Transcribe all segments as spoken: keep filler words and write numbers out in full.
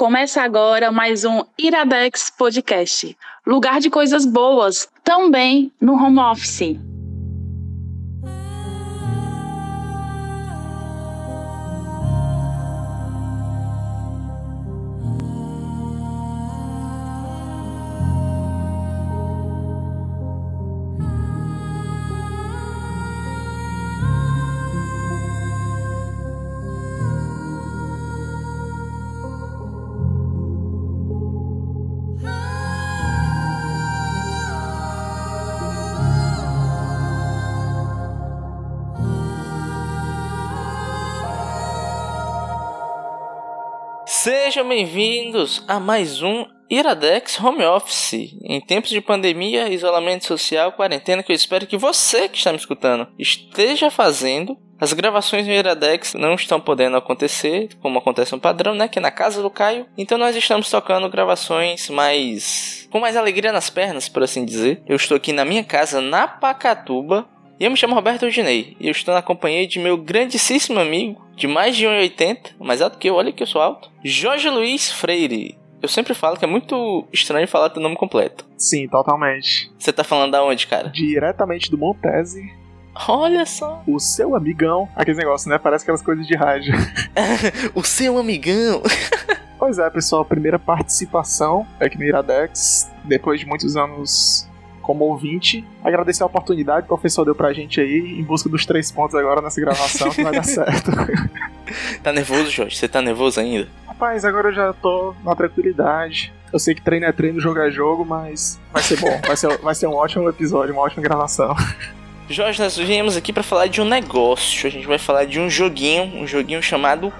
Começa agora mais um Iradex Podcast, lugar de coisas boas, também no home office. Sejam bem-vindos a mais um Iradex Home Office. Em tempos de pandemia, isolamento social, quarentena, que eu espero que você que está me escutando esteja fazendo. As gravações no Iradex não estão podendo acontecer, como acontece no padrão, né? Que é na casa do Caio. Então nós estamos tocando gravações mais... com mais alegria nas pernas, por assim dizer. Eu estou aqui na minha casa, na Pacatuba. E eu me chamo Roberto Rodinei, e eu estou na companhia de meu grandíssimo amigo, de mais de um metro e oitenta, mais alto que eu, olha que eu sou alto, Jorge Luiz Freire. Eu sempre falo que é muito estranho falar teu nome completo. Sim, totalmente. Você tá falando da onde, cara? Diretamente do Montese. Olha só. O seu amigão. Aqueles negócios, né? Parece aquelas coisas de rádio. O seu amigão. Pois é, pessoal, primeira participação aqui no Iradex, depois de muitos anos como ouvinte. Agradecer a oportunidade que o professor deu pra gente aí, em busca dos três pontos agora nessa gravação, que vai dar certo. Tá nervoso, Jorge? Você tá nervoso ainda? Rapaz, agora eu já tô na tranquilidade. Eu sei que treino é treino, jogo é jogo, mas vai ser bom. Vai ser, vai ser um ótimo episódio, uma ótima gravação. Jorge, nós viemos aqui pra falar de um negócio. A gente vai falar de um joguinho, um joguinho chamado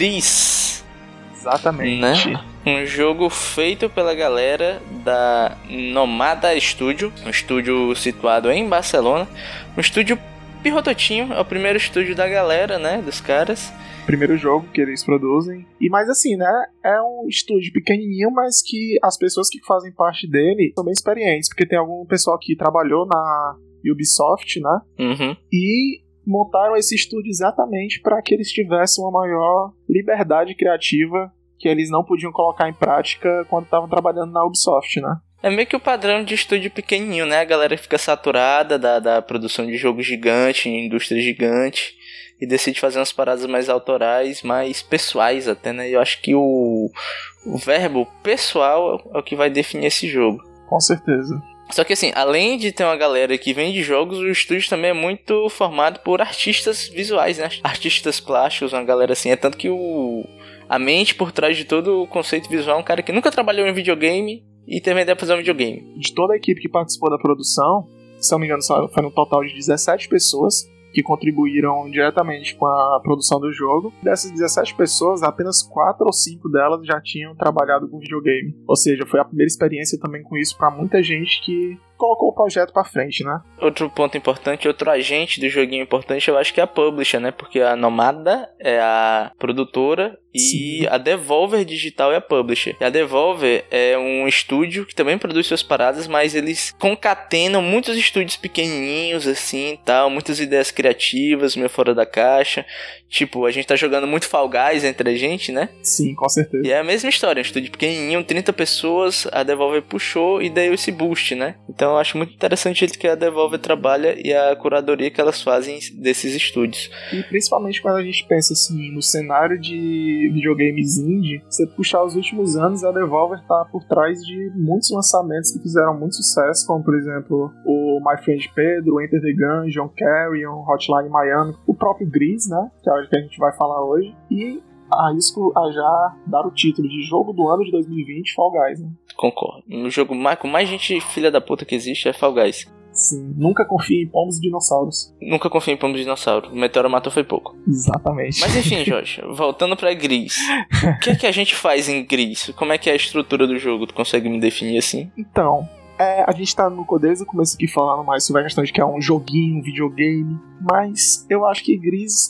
Gris. Exatamente. Né? Um jogo feito pela galera da Nomada Studio, um estúdio situado em Barcelona. Um estúdio pirototinho, é o primeiro estúdio da galera, né, dos caras. Primeiro jogo que eles produzem. E mais assim, né, é um estúdio pequenininho, mas que as pessoas que fazem parte dele são bem experientes, porque tem algum pessoal que trabalhou na Ubisoft, né, uhum. e montaram esse estúdio exatamente para que eles tivessem uma maior liberdade criativa que eles não podiam colocar em prática quando estavam trabalhando na Ubisoft, né? É meio que o padrão de estúdio pequenininho, né? A galera fica saturada da, da produção de jogo gigante, indústria gigante, e decide fazer umas paradas mais autorais, mais pessoais até, né? E eu acho que o, o verbo pessoal é o que vai definir esse jogo. Com certeza. Só que assim, além de ter uma galera que vende jogos, o estúdio também é muito formado por artistas visuais, né? Artistas plásticos, uma galera assim. É tanto que o... a mente por trás de todo o conceito visual é um cara que nunca trabalhou em videogame e teve a ideia de fazer um videogame. De toda a equipe que participou da produção, se não me engano, foi um total de dezessete pessoas que contribuíram diretamente com a produção do jogo. Dessas dezessete pessoas, apenas quatro ou cinco delas já tinham trabalhado com videogame. Ou seja, foi a primeira experiência também com isso para muita gente que colocou o projeto pra frente, né? Outro ponto importante, outro agente do joguinho importante, eu acho que é a publisher, né? Porque a Nomada é a produtora e Sim. a Devolver Digital é a publisher. E a Devolver é um estúdio que também produz suas paradas, mas eles concatenam muitos estúdios pequenininhos, assim, e tal, muitas ideias criativas, meio fora da caixa. Tipo, a gente tá jogando muito Fall Guys entre a gente, né? Sim, com certeza. E é a mesma história, um estúdio pequenininho, trinta pessoas, a Devolver puxou e deu esse boost, né? Então eu acho muito interessante o jeito que a Devolver trabalha e a curadoria que elas fazem desses estúdios. E principalmente quando a gente pensa assim, no cenário de videogames indie, você puxar os últimos anos, a Devolver tá por trás de muitos lançamentos que fizeram muito sucesso, como por exemplo o My Friend Pedro, Enter the Gungeon, Carrion, Hotline Miami, o próprio Gris, né, que é o que a gente vai falar hoje, e arrisco a já dar o título de jogo do ano de dois mil e vinte, Fall Guys, né? Concordo. O jogo mais, com mais gente filha da puta que existe é Fall Guys. Sim, nunca confie em pombos e dinossauros. Nunca confie em pombos e dinossauros. O meteoro matou foi pouco. Exatamente. Mas enfim, Jorge, voltando pra Gris. O que é que a gente faz em Gris? Como é que é a estrutura do jogo? Tu consegue me definir assim? Então, é, a gente tá no desde o começo aqui falando mais sobre a questão de que é um joguinho, um videogame, mas eu acho que Gris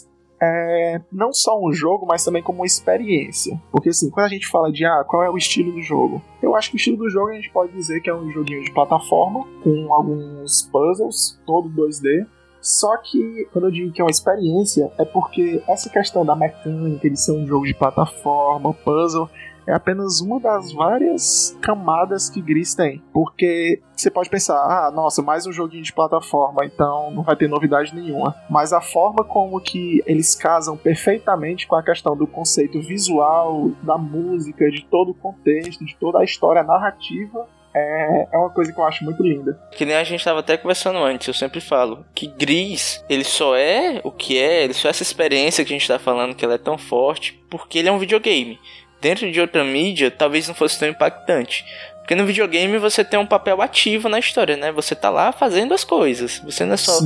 é não só um jogo, mas também como uma experiência. Porque assim, quando a gente fala de ah, qual é o estilo do jogo, eu acho que o estilo do jogo a gente pode dizer que é um joguinho de plataforma, com alguns puzzles, todo dois D. Só que, quando eu digo que é uma experiência, é porque essa questão da mecânica de ser um jogo de plataforma, puzzle, é apenas uma das várias camadas que Gris tem. Porque você pode pensar, ah, nossa, mais um joguinho de plataforma, então não vai ter novidade nenhuma. Mas a forma como que eles casam perfeitamente com a questão do conceito visual, da música, de todo o contexto, de toda a história narrativa, É, é uma coisa que eu acho muito linda. Que nem a gente estava até conversando antes, eu sempre falo que Gris, ele só é o que é, ele só é essa experiência que a gente está falando, que ela é tão forte, porque ele é um videogame. Dentro de outra mídia, talvez não fosse tão impactante. Porque no videogame você tem um papel ativo na história, né? Você tá lá fazendo as coisas, você não é só...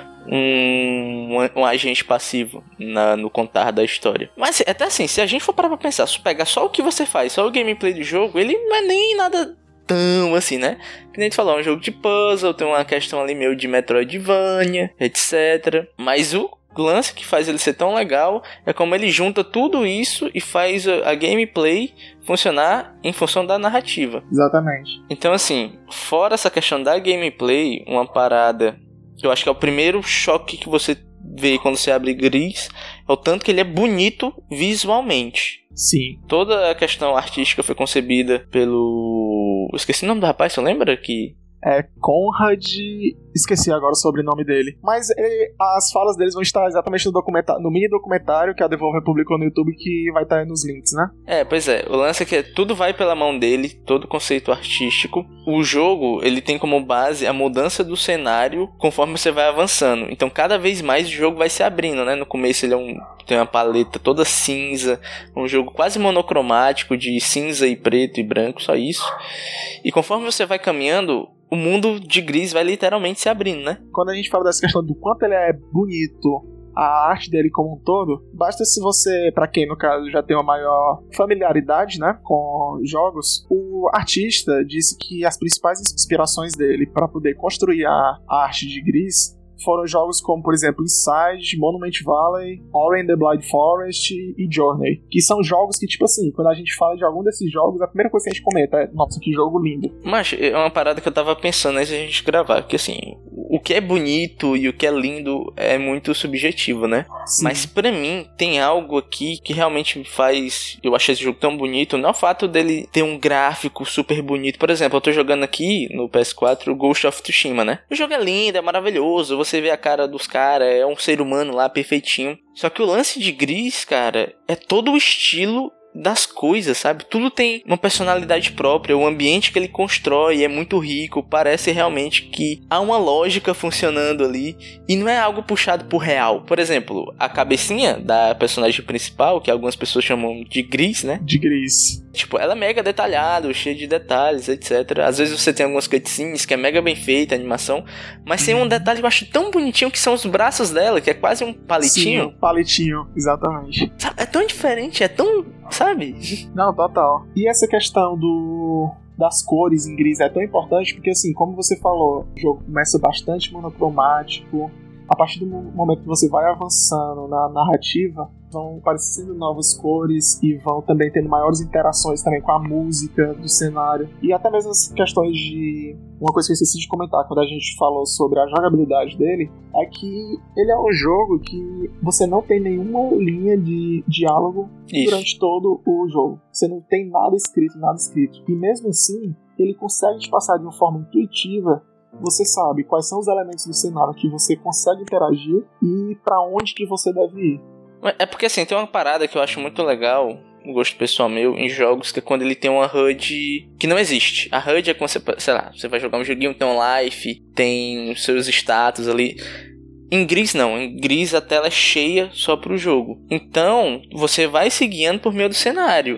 Um, um, um agente passivo na, no contar da história. Mas até assim, se a gente for parar pra pensar, se pegar só o que você faz, só o gameplay do jogo, ele não é nem nada tão assim, né? Que nem a gente falou, é um jogo de puzzle, tem uma questão ali meio de Metroidvania, etcétera. Mas o lance que faz ele ser tão legal é como ele junta tudo isso e faz a, a gameplay funcionar em função da narrativa. Exatamente. Então assim, fora essa questão da gameplay, uma parada que eu acho que é o primeiro choque que você vê quando você abre Gris, é o tanto que ele é bonito visualmente. Sim. Toda a questão artística foi concebida pelo... Eu esqueci o nome do rapaz, você lembra? Que... É Conrad... Esqueci agora o sobrenome dele. Mas ele, as falas deles vão estar exatamente no, documentário, no mini documentário que a Devolver publicou no YouTube, que vai estar aí nos links, né? É, pois é. O lance é que tudo vai pela mão dele, todo o conceito artístico. O jogo, ele tem como base a mudança do cenário conforme você vai avançando. Então, cada vez mais o jogo vai se abrindo, né? No começo ele é um, tem uma paleta toda cinza, um jogo quase monocromático de cinza e preto e branco, só isso. E conforme você vai caminhando, o mundo de Gris vai literalmente se abrindo, né? Quando a gente fala dessa questão do quanto ele é bonito, a arte dele como um todo, basta se você, pra quem no caso já tem uma maior familiaridade, né, com jogos, o artista disse que as principais inspirações dele para poder construir a arte de Gris foram jogos como, por exemplo, Inside, Monument Valley, Ori and the Blind Forest e Journey, que são jogos que, tipo assim, quando a gente fala de algum desses jogos, a primeira coisa que a gente comenta é, nossa, que jogo lindo. Mas é uma parada que eu tava pensando antes de a gente gravar, que assim, o que é bonito e o que é lindo é muito subjetivo, né? Sim. Mas pra mim, tem algo aqui que realmente me faz eu achar esse jogo tão bonito, não é o fato dele ter um gráfico super bonito. Por exemplo, eu tô jogando aqui no P S quatro o Ghost of Tsushima, né? O jogo é lindo, é maravilhoso, você vê a cara dos caras, é um ser humano lá perfeitinho. Só que o lance de Gris, cara, é todo o estilo das coisas, sabe? Tudo tem uma personalidade própria, o ambiente que ele constrói é muito rico, parece realmente que há uma lógica funcionando ali e não é algo puxado por real. Por exemplo, a cabecinha da personagem principal, que algumas pessoas chamam de Gris, né? De Gris. Tipo, ela é mega detalhada, cheia de detalhes, etcétera. Às vezes você tem algumas cutscenes que é mega bem feita, a animação, mas tem um detalhe que eu acho tão bonitinho que são os braços dela, que é quase um palitinho. Sim, um palitinho, exatamente. É tão diferente, é tão... sabe? Não, total. E essa questão do... das cores em Gris é tão importante porque, assim, como você falou, o jogo começa bastante monocromático. A partir do momento que você vai avançando na narrativa, vão aparecendo novas cores e vão também tendo maiores interações também com a música do cenário. E até mesmo as questões de... Uma coisa que eu esqueci de comentar quando a gente falou sobre a jogabilidade dele é que ele é um jogo que você não tem nenhuma linha de diálogo Isso. durante todo o jogo. Você não tem nada escrito, nada escrito. E mesmo assim, ele consegue te passar de uma forma intuitiva. Você sabe quais são os elementos do cenário que você consegue interagir e pra onde que você deve ir. É porque assim, tem uma parada que eu acho muito legal, um gosto pessoal meu, em jogos, que é quando ele tem uma H U D que não existe. A H U D é quando você, sei lá, você vai jogar um joguinho, tem um life, tem os seus status ali. Em Gris não, em Gris a tela é cheia só pro jogo. Então, você vai se guiando por meio do cenário.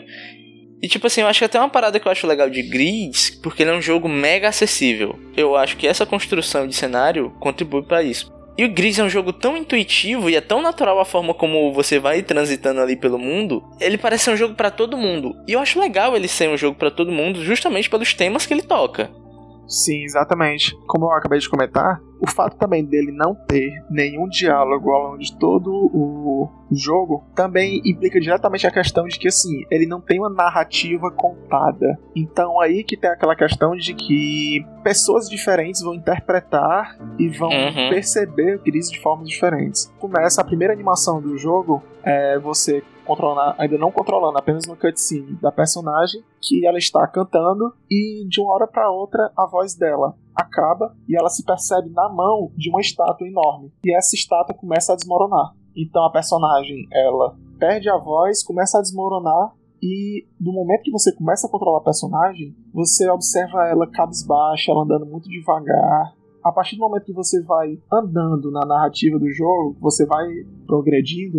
E tipo assim, eu acho que até uma parada que eu acho legal de Gris, porque ele é um jogo mega acessível. Eu acho que essa construção de cenário contribui pra isso. E o Gris é um jogo tão intuitivo e é tão natural a forma como você vai transitando ali pelo mundo. Ele parece ser um jogo pra todo mundo. E eu acho legal ele ser um jogo pra todo mundo justamente pelos temas que ele toca. Sim, exatamente. Como eu acabei de comentar, o fato também dele não ter nenhum diálogo ao longo de todo o jogo também implica diretamente a questão de que, assim, ele não tem uma narrativa contada. Então aí que tem aquela questão de que pessoas diferentes vão interpretar e vão uhum. perceber o Gris de formas diferentes. Começa a primeira animação do jogo, é você controlando, ainda não controlando, apenas no cutscene da personagem, que ela está cantando e de uma hora para outra a voz dela acaba e ela se percebe na mão de uma estátua enorme. E essa estátua começa a desmoronar. Então a personagem, ela perde a voz, começa a desmoronar e no momento que você começa a controlar a personagem, você observa ela cabisbaixa, ela andando muito devagar. A partir do momento que você vai andando na narrativa do jogo, você vai progredindo,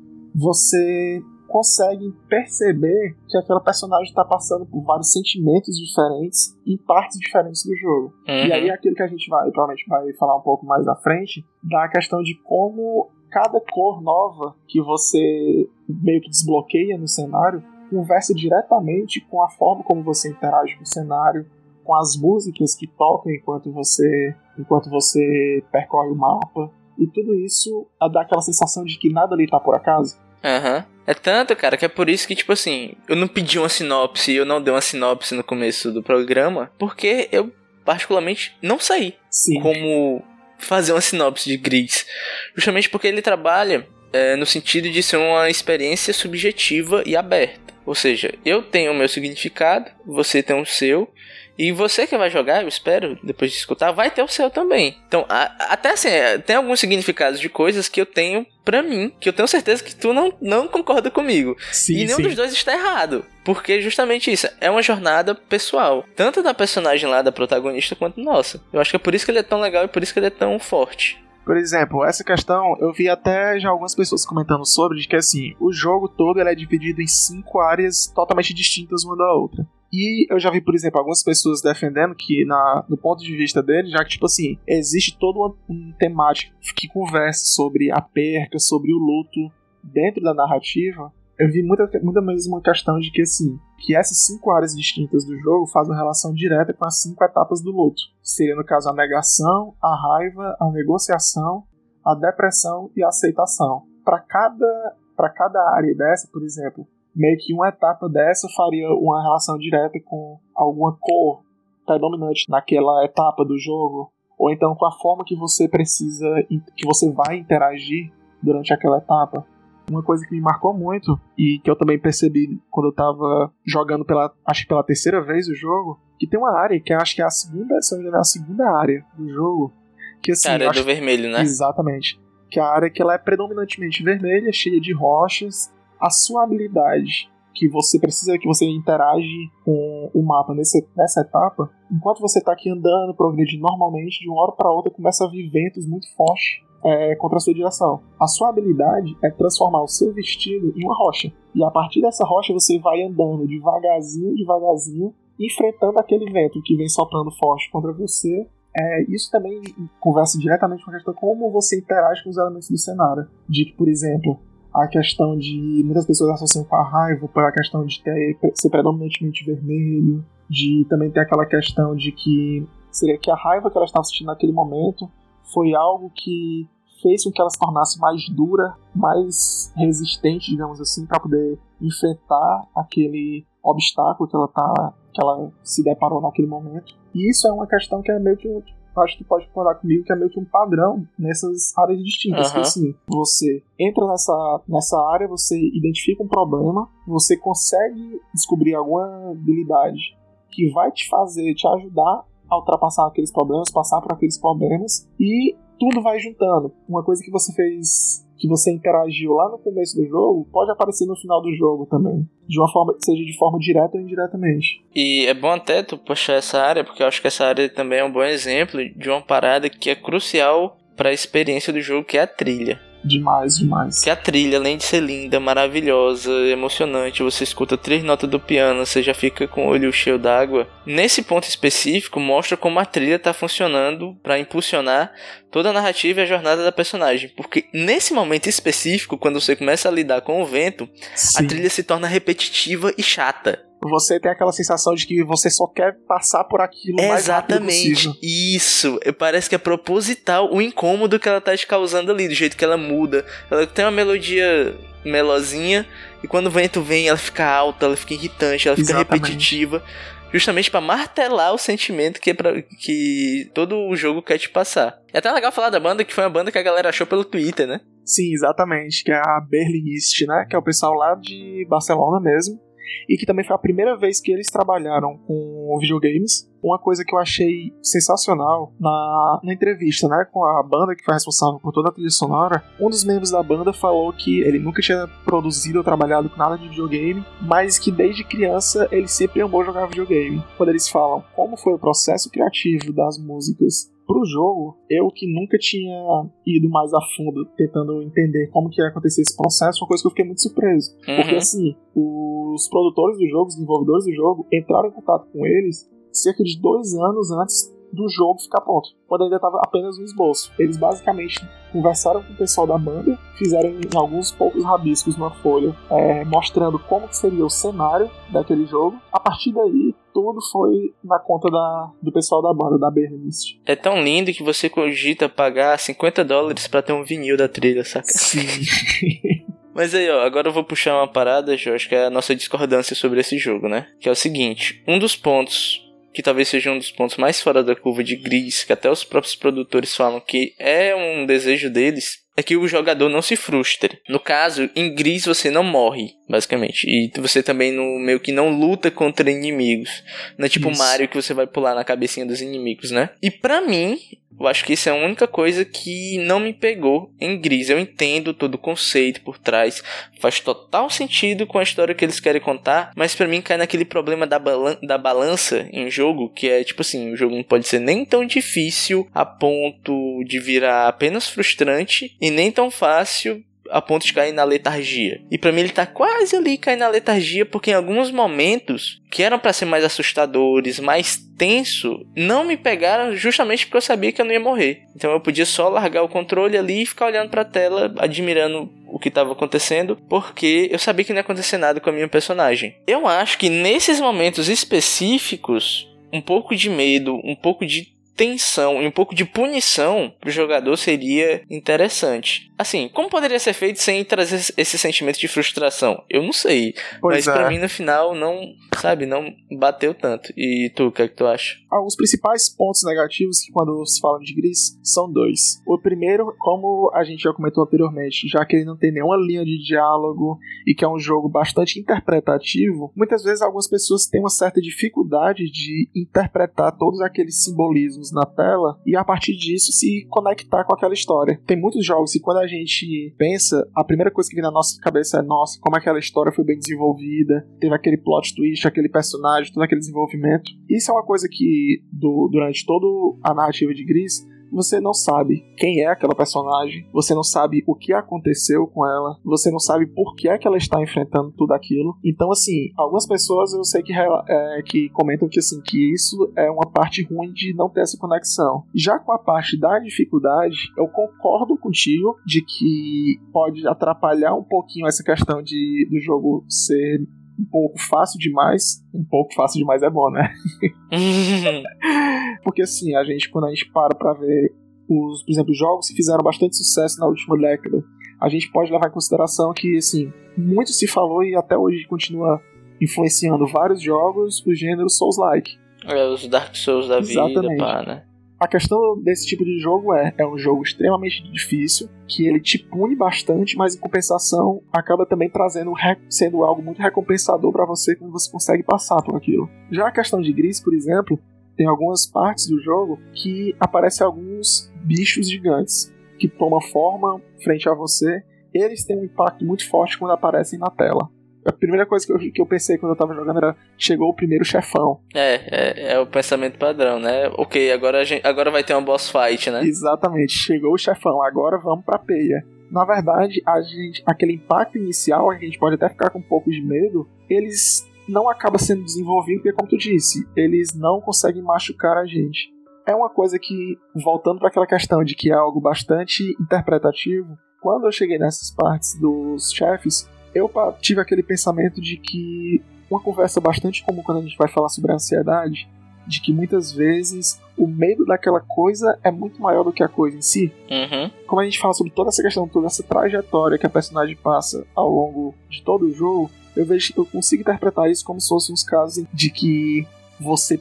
você consegue perceber que aquela personagem está passando por vários sentimentos diferentes em partes diferentes do jogo. Uhum. E aí aquilo que a gente vai, provavelmente vai falar um pouco mais à frente, da questão de como cada cor nova que você meio que desbloqueia no cenário conversa diretamente com a forma como você interage com o cenário, com as músicas que tocam enquanto você, enquanto você percorre o mapa. E tudo isso dá aquela sensação de que nada ali tá por acaso. Aham. Uhum. É tanto, cara, que é por isso que, tipo assim, eu não pedi uma sinopse, eu não dei uma sinopse no começo do programa, porque eu, particularmente, não sei Sim. como fazer uma sinopse de Gris. Justamente porque ele trabalha é, no sentido de ser uma experiência subjetiva e aberta. Ou seja, eu tenho o meu significado, você tem o seu, e você que vai jogar, eu espero, depois de escutar, vai ter o seu também. Então, a, até assim, tem alguns significados de coisas que eu tenho pra mim, que eu tenho certeza que tu não, não concorda comigo. Sim, e nenhum sim. dos dois está errado. Porque justamente isso, é uma jornada pessoal. Tanto da personagem lá, da protagonista, quanto nossa. Eu acho que é por isso que ele é tão legal e por isso que ele é tão forte. Por exemplo, essa questão, eu vi até já algumas pessoas comentando sobre, de que assim, o jogo todo ele é dividido em cinco áreas totalmente distintas uma da outra. E eu já vi, por exemplo, algumas pessoas defendendo que, na, no ponto de vista dele, já que, tipo assim, existe toda uma, uma temática que conversa sobre a perca, sobre o luto dentro da narrativa. Eu vi muita, muita mesmo uma questão de que, assim, que essas cinco áreas distintas do jogo fazem uma relação direta com as cinco etapas do luto. Seria, no caso, a negação, a raiva, a negociação, a depressão e a aceitação. Para cada, para cada área dessa, por exemplo, meio que uma etapa dessa faria uma relação direta com alguma cor predominante naquela etapa do jogo, ou então com a forma que você precisa, que você vai interagir durante aquela etapa. Uma coisa que me marcou muito, e que eu também percebi quando eu tava jogando pela, acho que pela terceira vez o jogo, que tem uma área que eu acho que é a segunda, se não me engano, é a segunda área do jogo. Que, assim, a área acho, do vermelho, né? Exatamente. Que é a área que ela é predominantemente vermelha, cheia de rochas. A sua habilidade que você precisa, que você interage com o mapa nesse, nessa etapa, enquanto você tá aqui andando, progredindo normalmente, de uma hora para outra começa a vir ventos muito fortes é, contra a sua direção. A sua habilidade é transformar o seu vestido em uma rocha. E a partir dessa rocha você vai andando devagarzinho, devagarzinho, enfrentando aquele vento que vem soprando forte contra você. É, isso também conversa diretamente com a questão de como você interage com os elementos do cenário. De que, por exemplo, a questão de muitas pessoas associam com a raiva pela questão de ter, ser predominantemente vermelho, de também ter aquela questão de que seria que a raiva que ela estava sentindo naquele momento foi algo que fez com que ela se tornasse mais dura, mais resistente, digamos assim, para poder enfrentar aquele obstáculo que ela, tá, que ela se deparou naquele momento. E isso é uma questão que é meio que, acho que tu pode concordar comigo, que é meio que um padrão nessas áreas distintas. Uhum. Que assim, você entra nessa, nessa área, você identifica um problema, você consegue descobrir alguma habilidade que vai te fazer, te ajudar a ultrapassar aqueles problemas, passar por aqueles problemas, e tudo vai juntando. Uma coisa que você fez, que você interagiu lá no começo do jogo, pode aparecer no final do jogo também. De uma forma, seja de forma direta ou indiretamente. E é bom até tu puxar essa área, porque eu acho que essa área também é um bom exemplo de uma parada que é crucial para a experiência do jogo, que é a trilha. Demais, demais. Que a trilha, além de ser linda, maravilhosa, emocionante, você escuta três notas do piano, você já fica com o olho cheio d'água. Nesse ponto específico, mostra como a trilha está funcionando para impulsionar toda a narrativa e a jornada da personagem. Porque nesse momento específico, quando você começa a lidar com o vento, Sim. a trilha se torna repetitiva e chata. Você tem aquela sensação de que você só quer passar por aquilo o mais rápido possível. Exatamente, isso. Parece que é proposital o incômodo que ela tá te causando ali, do jeito que ela muda. Ela tem uma melodia melosinha, e quando o vento vem, ela fica alta, ela fica irritante, ela fica Exatamente. repetitiva. Justamente pra martelar o sentimento que, é pra, que todo o jogo quer te passar. É até legal falar da banda, que foi uma banda que a galera achou pelo Twitter, né? Sim, exatamente, que é a Berlinist, né? Que é o pessoal lá de Barcelona mesmo. E que também foi a primeira vez que eles trabalharam com videogames. Uma coisa que eu achei sensacional na, na entrevista, né, com a banda que foi responsável por toda a trilha sonora, um dos membros da banda falou que ele nunca tinha produzido ou trabalhado com nada de videogame, mas que desde criança ele sempre amou jogar videogame. Quando eles falam como foi o processo criativo das músicas pro jogo, eu que nunca tinha ido mais a fundo tentando entender como que ia acontecer esse processo, uma coisa que eu fiquei muito surpreso. Uhum. Porque assim, os produtores do jogo, os desenvolvedores do jogo, entraram em contato com eles cerca de dois anos antes do jogo ficar pronto, quando ainda estava apenas um esboço. Eles basicamente conversaram com o pessoal da banda, fizeram em alguns poucos rabiscos numa folha, é, mostrando como que seria o cenário daquele jogo. A partir daí, tudo foi na conta da, do pessoal da banda, da Berlinist. É tão lindo que você cogita pagar cinquenta dólares pra ter um vinil da trilha, saca? Sim. Mas aí, ó, agora eu vou puxar uma parada, Jorge, que é a nossa discordância sobre esse jogo, né? Que é o seguinte, um dos pontos que talvez seja um dos pontos mais fora da curva de Gris, que até os próprios produtores falam que é um desejo deles, é que o jogador não se frustre. No caso, em Gris você não morre, basicamente. E você também no, meio que não luta contra inimigos. Não é tipo Isso. Mario que você vai pular na cabecinha dos inimigos, né? E pra mim, eu acho que isso é a única coisa que não me pegou em Gris. Eu entendo todo o conceito por trás. Faz total sentido com a história que eles querem contar. Mas pra mim cai naquele problema da, balan- da balança em jogo. Que é tipo assim, o jogo não pode ser nem tão difícil a ponto de virar apenas frustrante. E nem tão fácil a ponto de cair na letargia. E pra mim ele tá quase ali caindo na letargia, porque em alguns momentos que eram pra ser mais assustadores, mais tenso, não me pegaram justamente porque eu sabia que eu não ia morrer. Então eu podia só largar o controle ali e ficar olhando pra tela, admirando o que estava acontecendo, porque eu sabia que não ia acontecer nada com a minha personagem. Eu acho que nesses momentos específicos, um pouco de medo, um pouco de tensão e um pouco de punição pro jogador seria interessante. Assim, como poderia ser feito sem trazer esse sentimento de frustração? Eu não sei. Pois mas é. Pra mim, no final, não, sabe, não bateu tanto. E tu, o que é que tu acha? Ah, os principais pontos negativos que quando se fala de Gris são dois. O primeiro, como a gente já comentou anteriormente, já que ele não tem nenhuma linha de diálogo e que é um jogo bastante interpretativo, muitas vezes algumas pessoas têm uma certa dificuldade de interpretar todos aqueles simbolismos na tela e a partir disso se conectar com aquela história. Tem muitos jogos que quando a gente pensa, a primeira coisa que vem na nossa cabeça é, nossa, como aquela história foi bem desenvolvida, teve aquele plot twist, aquele personagem, todo aquele desenvolvimento. Isso é uma coisa que do, durante toda a narrativa de Gris você não sabe quem é aquela personagem, você não sabe o que aconteceu com ela, você não sabe por que é que ela está enfrentando tudo aquilo. Então, assim, algumas pessoas eu sei que, é, que comentam que, assim, que isso é uma parte ruim de não ter essa conexão. Já com a parte da dificuldade, eu concordo contigo de que pode atrapalhar um pouquinho essa questão de, do jogo ser um pouco fácil demais. Um pouco fácil demais é bom, né? Porque assim, a gente, quando a gente para pra ver os, por exemplo, jogos que fizeram bastante sucesso na última década, a gente pode levar em consideração que, assim, muito se falou e até hoje continua influenciando vários jogos, o gênero Souls-like. É, os Dark Souls da Exatamente. vida, pá, né? A questão desse tipo de jogo é, é um jogo extremamente difícil, que ele te pune bastante, mas em compensação acaba também trazendo, sendo algo muito recompensador pra você quando você consegue passar por aquilo. Já a questão de Gris, por exemplo, tem algumas partes do jogo que aparecem alguns bichos gigantes que tomam forma frente a você. Eles têm um impacto muito forte quando aparecem na tela. A primeira coisa que eu, que eu pensei quando eu tava jogando era, chegou o primeiro chefão. É, é, é o pensamento padrão, né? Ok, agora, a gente, agora vai ter uma boss fight, né? Exatamente, chegou o chefão, agora vamos pra peia. Na verdade, a gente, aquele impacto inicial, a gente pode até ficar com um pouco de medo, eles não acabam sendo desenvolvidos, porque como tu disse, eles não conseguem machucar a gente. É uma coisa que, voltando para aquela questão de que é algo bastante interpretativo, quando eu cheguei nessas partes dos chefes, eu tive aquele pensamento de que uma conversa bastante comum quando a gente vai falar sobre a ansiedade, de que muitas vezes o medo daquela coisa é muito maior do que a coisa em si. Uhum. Como a gente fala sobre toda essa questão, toda essa trajetória que a personagem passa ao longo de todo o jogo, eu vejo, eu consigo interpretar isso como se fossem uns casos de que você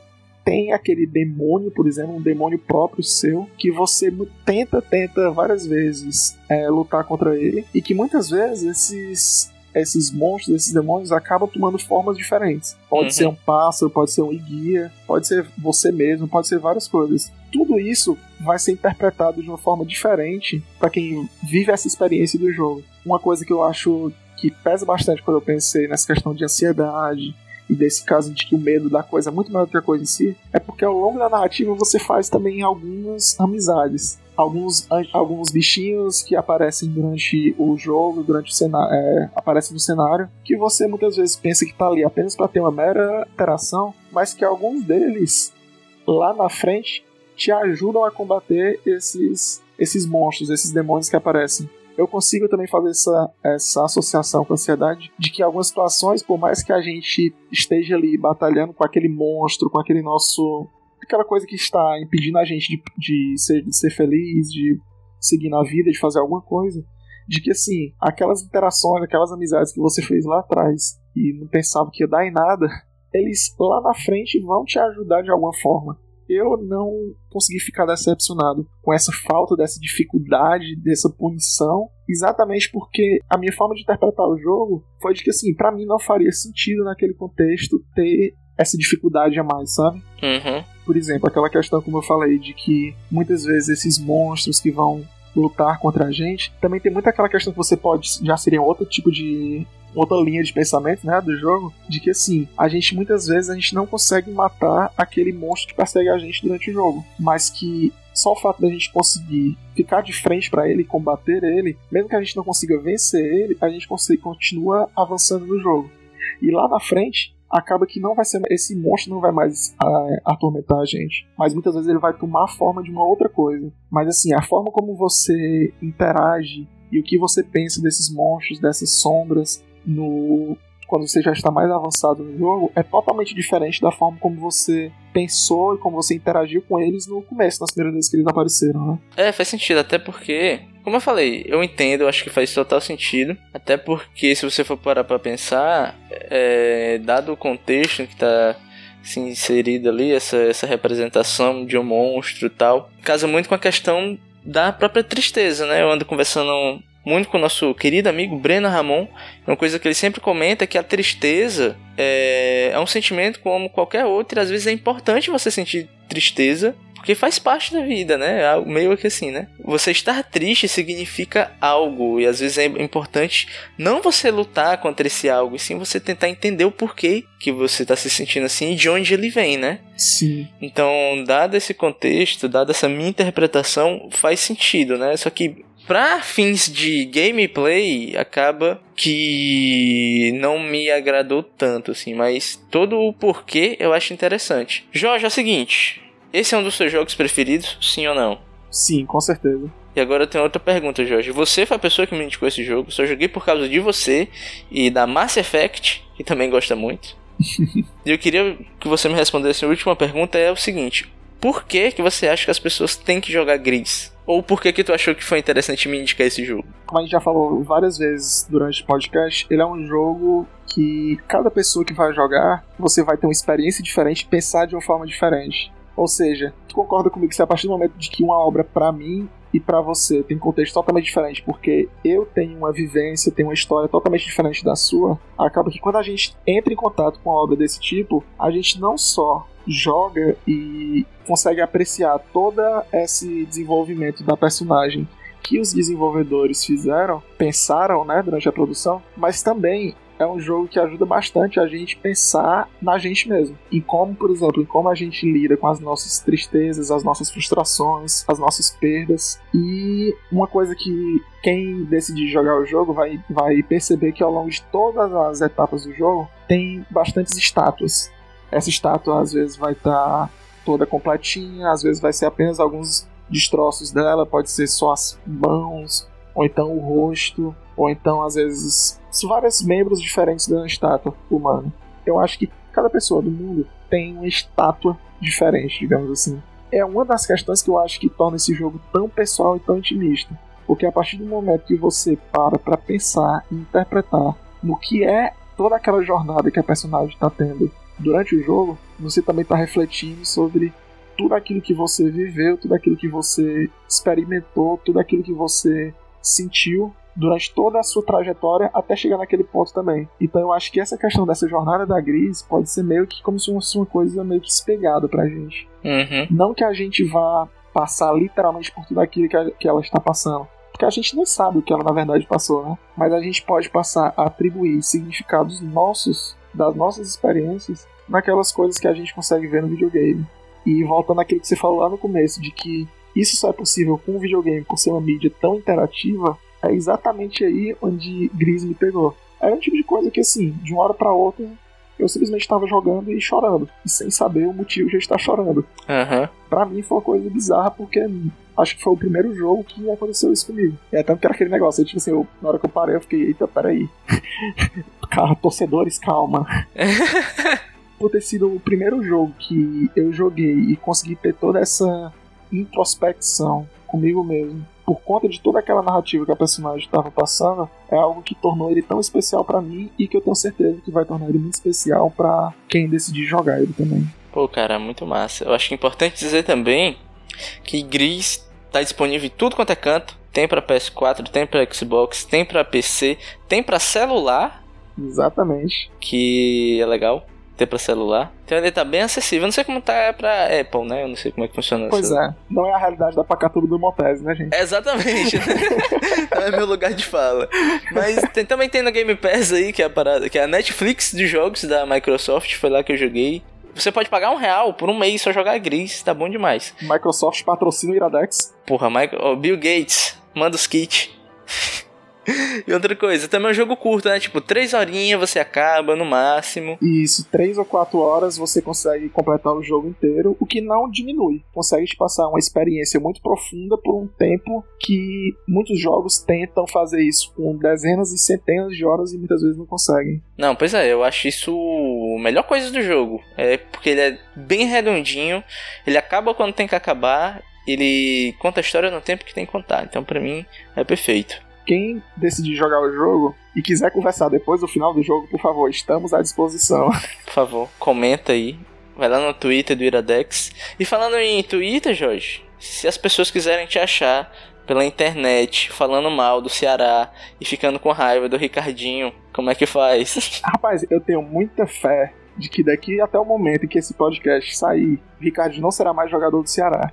tem aquele demônio, por exemplo, um demônio próprio seu, que você tenta, tenta várias vezes é, lutar contra ele, e que muitas vezes esses, esses monstros, esses demônios acabam tomando formas diferentes. Pode uhum. ser um pássaro, pode ser um iguia, pode ser você mesmo, pode ser várias coisas. Tudo isso vai ser interpretado de uma forma diferente para quem vive essa experiência do jogo. Uma coisa que eu acho que pesa bastante quando eu pensei nessa questão de ansiedade, e desse caso de que o medo da coisa é muito maior do que a coisa em si, é porque ao longo da narrativa você faz também algumas amizades. Alguns, alguns bichinhos que aparecem durante o jogo, durante o cenário, é, aparecem no cenário, que você muitas vezes pensa que está ali apenas para ter uma mera interação, mas que alguns deles, lá na frente, te ajudam a combater esses, esses monstros, esses demônios que aparecem. Eu consigo também fazer essa, essa associação com a ansiedade de que em algumas situações, por mais que a gente esteja ali batalhando com aquele monstro, com aquele nosso... aquela coisa que está impedindo a gente de, de, ser, de ser feliz, de seguir na vida, de fazer alguma coisa, de que assim, aquelas interações, aquelas amizades que você fez lá atrás e não pensava que ia dar em nada, eles lá na frente vão te ajudar de alguma forma. Eu não consegui ficar decepcionado com essa falta, dessa dificuldade, dessa punição, exatamente porque a minha forma de interpretar o jogo foi de que, assim, pra mim não faria sentido naquele contexto ter essa dificuldade a mais, sabe? Uhum. Por exemplo, aquela questão, como eu falei, de que muitas vezes esses monstros que vão lutar contra a gente, também tem muita aquela questão que você pode, já seria outro tipo de... outra linha de pensamento, né, do jogo, de que assim, a gente muitas vezes a gente não consegue matar aquele monstro que persegue a gente durante o jogo, mas que só o fato da gente conseguir ficar de frente pra ele e combater ele, mesmo que a gente não consiga vencer ele, a gente consegue, continua avançando no jogo. E lá na frente, acaba que não vai ser, esse monstro não vai mais uh, atormentar a gente, mas muitas vezes ele vai tomar a forma de uma outra coisa. Mas assim, a forma como você interage e o que você pensa desses monstros, dessas sombras, no, quando você já está mais avançado no jogo, é totalmente diferente da forma como você pensou e como você interagiu com eles no começo, nas primeiras vezes que eles apareceram, né? É, faz sentido, até porque, como eu falei, eu entendo, eu acho que faz total sentido, até porque se você for parar pra pensar, é, dado o contexto em que tá assim, inserido ali, essa, essa representação de um monstro e tal, casa muito com a questão da própria tristeza, né? Eu ando conversando muito com o nosso querido amigo Breno Ramon. Uma coisa que ele sempre comenta é que a tristeza é, é um sentimento como qualquer outro, e às vezes é importante você sentir tristeza, porque faz parte da vida, né? Meio que assim, né? Você estar triste significa algo, e às vezes é importante não você lutar contra esse algo, e sim você tentar entender o porquê que você está se sentindo assim e de onde ele vem, né? Sim. Então, dado esse contexto, dada essa minha interpretação, faz sentido, né? Só que pra fins de gameplay, acaba que não me agradou tanto, assim, mas todo o porquê eu acho interessante. Jorge, é o seguinte, esse é um dos seus jogos preferidos, sim ou não? Sim, com certeza. E agora eu tenho outra pergunta, Jorge. Você foi a pessoa que me indicou esse jogo, só joguei por causa de você e da Mass Effect, que também gosta muito. E eu queria que você me respondesse, a última pergunta é o seguinte: por que que você acha que as pessoas têm que jogar Gris? Ou por que que tu achou que foi interessante me indicar esse jogo? Como a gente já falou várias vezes durante o podcast, ele é um jogo que cada pessoa que vai jogar, você vai ter uma experiência diferente e pensar de uma forma diferente. Ou seja, tu concorda comigo que se a partir do momento de que uma obra pra mim e pra você tem um contexto totalmente diferente, porque eu tenho uma vivência, tenho uma história totalmente diferente da sua, acaba que quando a gente entra em contato com uma obra desse tipo, a gente não só joga e consegue apreciar todo esse desenvolvimento da personagem que os desenvolvedores fizeram, pensaram, né, durante a produção, mas também é um jogo que ajuda bastante a gente pensar na gente mesmo. Em como, por exemplo, em como a gente lida com as nossas tristezas, as nossas frustrações, as nossas perdas. E uma coisa que quem decidir jogar o jogo vai, vai perceber que ao longo de todas as etapas do jogo tem bastantes estátuas. Essa estátua às vezes vai estar toda completinha, às vezes vai ser apenas alguns destroços dela, pode ser só as mãos, ou então o rosto, ou então às vezes vários membros diferentes da estátua humana. Eu acho que cada pessoa do mundo tem uma estátua diferente, digamos assim. É uma das questões que eu acho que torna esse jogo tão pessoal e tão intimista, porque a partir do momento que você para para pensar e interpretar no que é toda aquela jornada que a personagem está tendo durante o jogo, você também tá refletindo sobre tudo aquilo que você viveu, tudo aquilo que você experimentou, tudo aquilo que você sentiu durante toda a sua trajetória até chegar naquele ponto também. Então eu acho que essa questão dessa jornada da Gris pode ser meio que como se fosse uma coisa meio que espelhada pra gente. Uhum. Não que a gente vá passar literalmente por tudo aquilo que, a, que ela está passando, porque a gente nem sabe o que ela na verdade passou, né? Mas a gente pode passar a atribuir significados nossos, das nossas experiências, naquelas coisas que a gente consegue ver no videogame. E voltando àquilo que você falou lá no começo, de que isso só é possível com o videogame por ser uma mídia tão interativa, é exatamente aí onde Gris me pegou. Era um tipo de coisa que, assim, de uma hora pra outra, eu simplesmente estava jogando e chorando, e sem saber o motivo de eu estar chorando. Uhum. Pra mim foi uma coisa bizarra, porque acho que foi o primeiro jogo que aconteceu isso comigo. É tanto que era aquele negócio, eu, tipo assim, eu, na hora que eu parei, eu fiquei, eita, peraí. Cara, torcedores, calma. Por ter sido o primeiro jogo que eu joguei e consegui ter toda essa introspecção comigo mesmo, por conta de toda aquela narrativa que a personagem estava passando, é algo que tornou ele tão especial pra mim e que eu tenho certeza que vai tornar ele muito especial pra quem decidir jogar ele também. Pô, cara, muito massa. Eu acho que é importante dizer também que Gris tá disponível em tudo quanto é canto. Tem pra P S quatro, tem pra Xbox, tem pra P C, tem pra celular. Exatamente. Que é legal ter pra celular. Então ele tá bem acessível. Eu não sei como tá pra Apple, né? Eu não sei como é que funciona. Pois essa... é. Não é a realidade da pacatura do Montese, né, gente? Exatamente. Não é meu lugar de fala. Mas tem, também tem na Game Pass aí, que é a parada, que é a Netflix de jogos da Microsoft. Foi lá que eu joguei. Você pode pagar um real por um mês só jogar Gris. Tá bom demais. Microsoft patrocina o Iradex. Porra, Mike... oh, Bill Gates, manda os kits. E outra coisa, também é um jogo curto, né? Tipo, três horinhas você acaba no máximo. Isso, três ou quatro horas você consegue completar o jogo inteiro, o que não diminui. Consegue te passar uma experiência muito profunda por um tempo que muitos jogos tentam fazer isso com dezenas e centenas de horas e muitas vezes não conseguem. Não, pois é, eu acho isso a melhor coisa do jogo. É porque ele é bem redondinho, ele acaba quando tem que acabar, ele conta a história no tempo que tem que contar. Então pra mim é perfeito. Quem decidir jogar o jogo e quiser conversar depois do final do jogo, por favor, estamos à disposição. Por favor, comenta aí. Vai lá no Twitter do Iradex. E falando em Twitter, Jorge, se as pessoas quiserem te achar pela internet, falando mal do Ceará e ficando com raiva do Ricardinho, como é que faz? Rapaz, eu tenho muita fé de que daqui até o momento em que esse podcast sair, o Ricardo não será mais jogador do Ceará.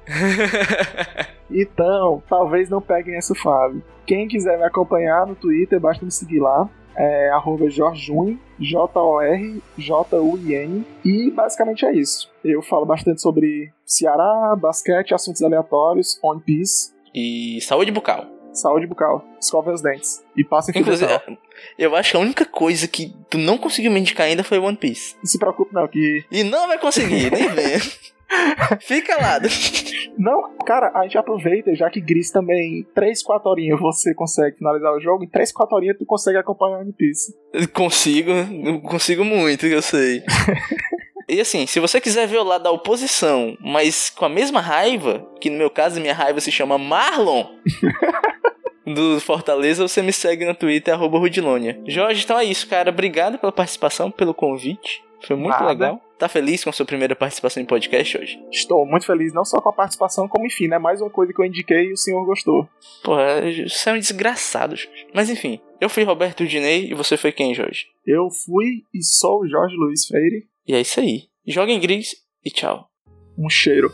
Então, talvez não peguem essa fase. Quem quiser me acompanhar no Twitter, basta me seguir lá. É arroba Jorjun, J O R J U I N. E basicamente é isso. Eu falo bastante sobre Ceará, basquete, assuntos aleatórios, One Piece. E saúde bucal. Saúde bucal. Escovem os dentes. E passem fio Inclusive, dental. eu acho que a única coisa que tu não conseguiu me indicar ainda foi One Piece. Não se preocupe não, que... E não vai conseguir, nem venha. Fica lá. Não, cara, a gente aproveita, já que Gris também, três, quatro horinhas você consegue finalizar o jogo, em três, quatro horinhas tu consegue acompanhar o One Piece. Eu consigo, eu consigo muito, eu sei. E assim, se você quiser ver o lado da oposição, mas com a mesma raiva, que no meu caso minha raiva se chama Marlon, do Fortaleza, você me segue no Twitter, arroba Rudilonia. Jorge, então é isso, cara. Obrigado pela participação, pelo convite. Foi muito Nada. legal. Tá feliz com a sua primeira participação em podcast hoje? Estou muito feliz, não só com a participação, como enfim, né? Mais uma coisa que eu indiquei e o senhor gostou. Porra, você é um desgraçado, Jorge. Mas enfim, eu fui Roberto Dinei e você foi quem, Jorge? Eu fui e sou o Jorge Luiz Freire. E é isso aí. Joga em Gris e tchau. Um cheiro.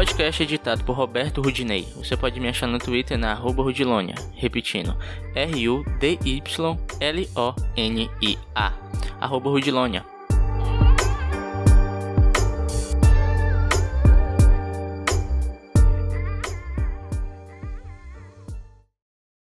podcast é editado por Roberto Rudinei. Você pode me achar no Twitter na arroba Rudilonia. Repetindo, R U D Y L O N I A, arroba Rudilonia.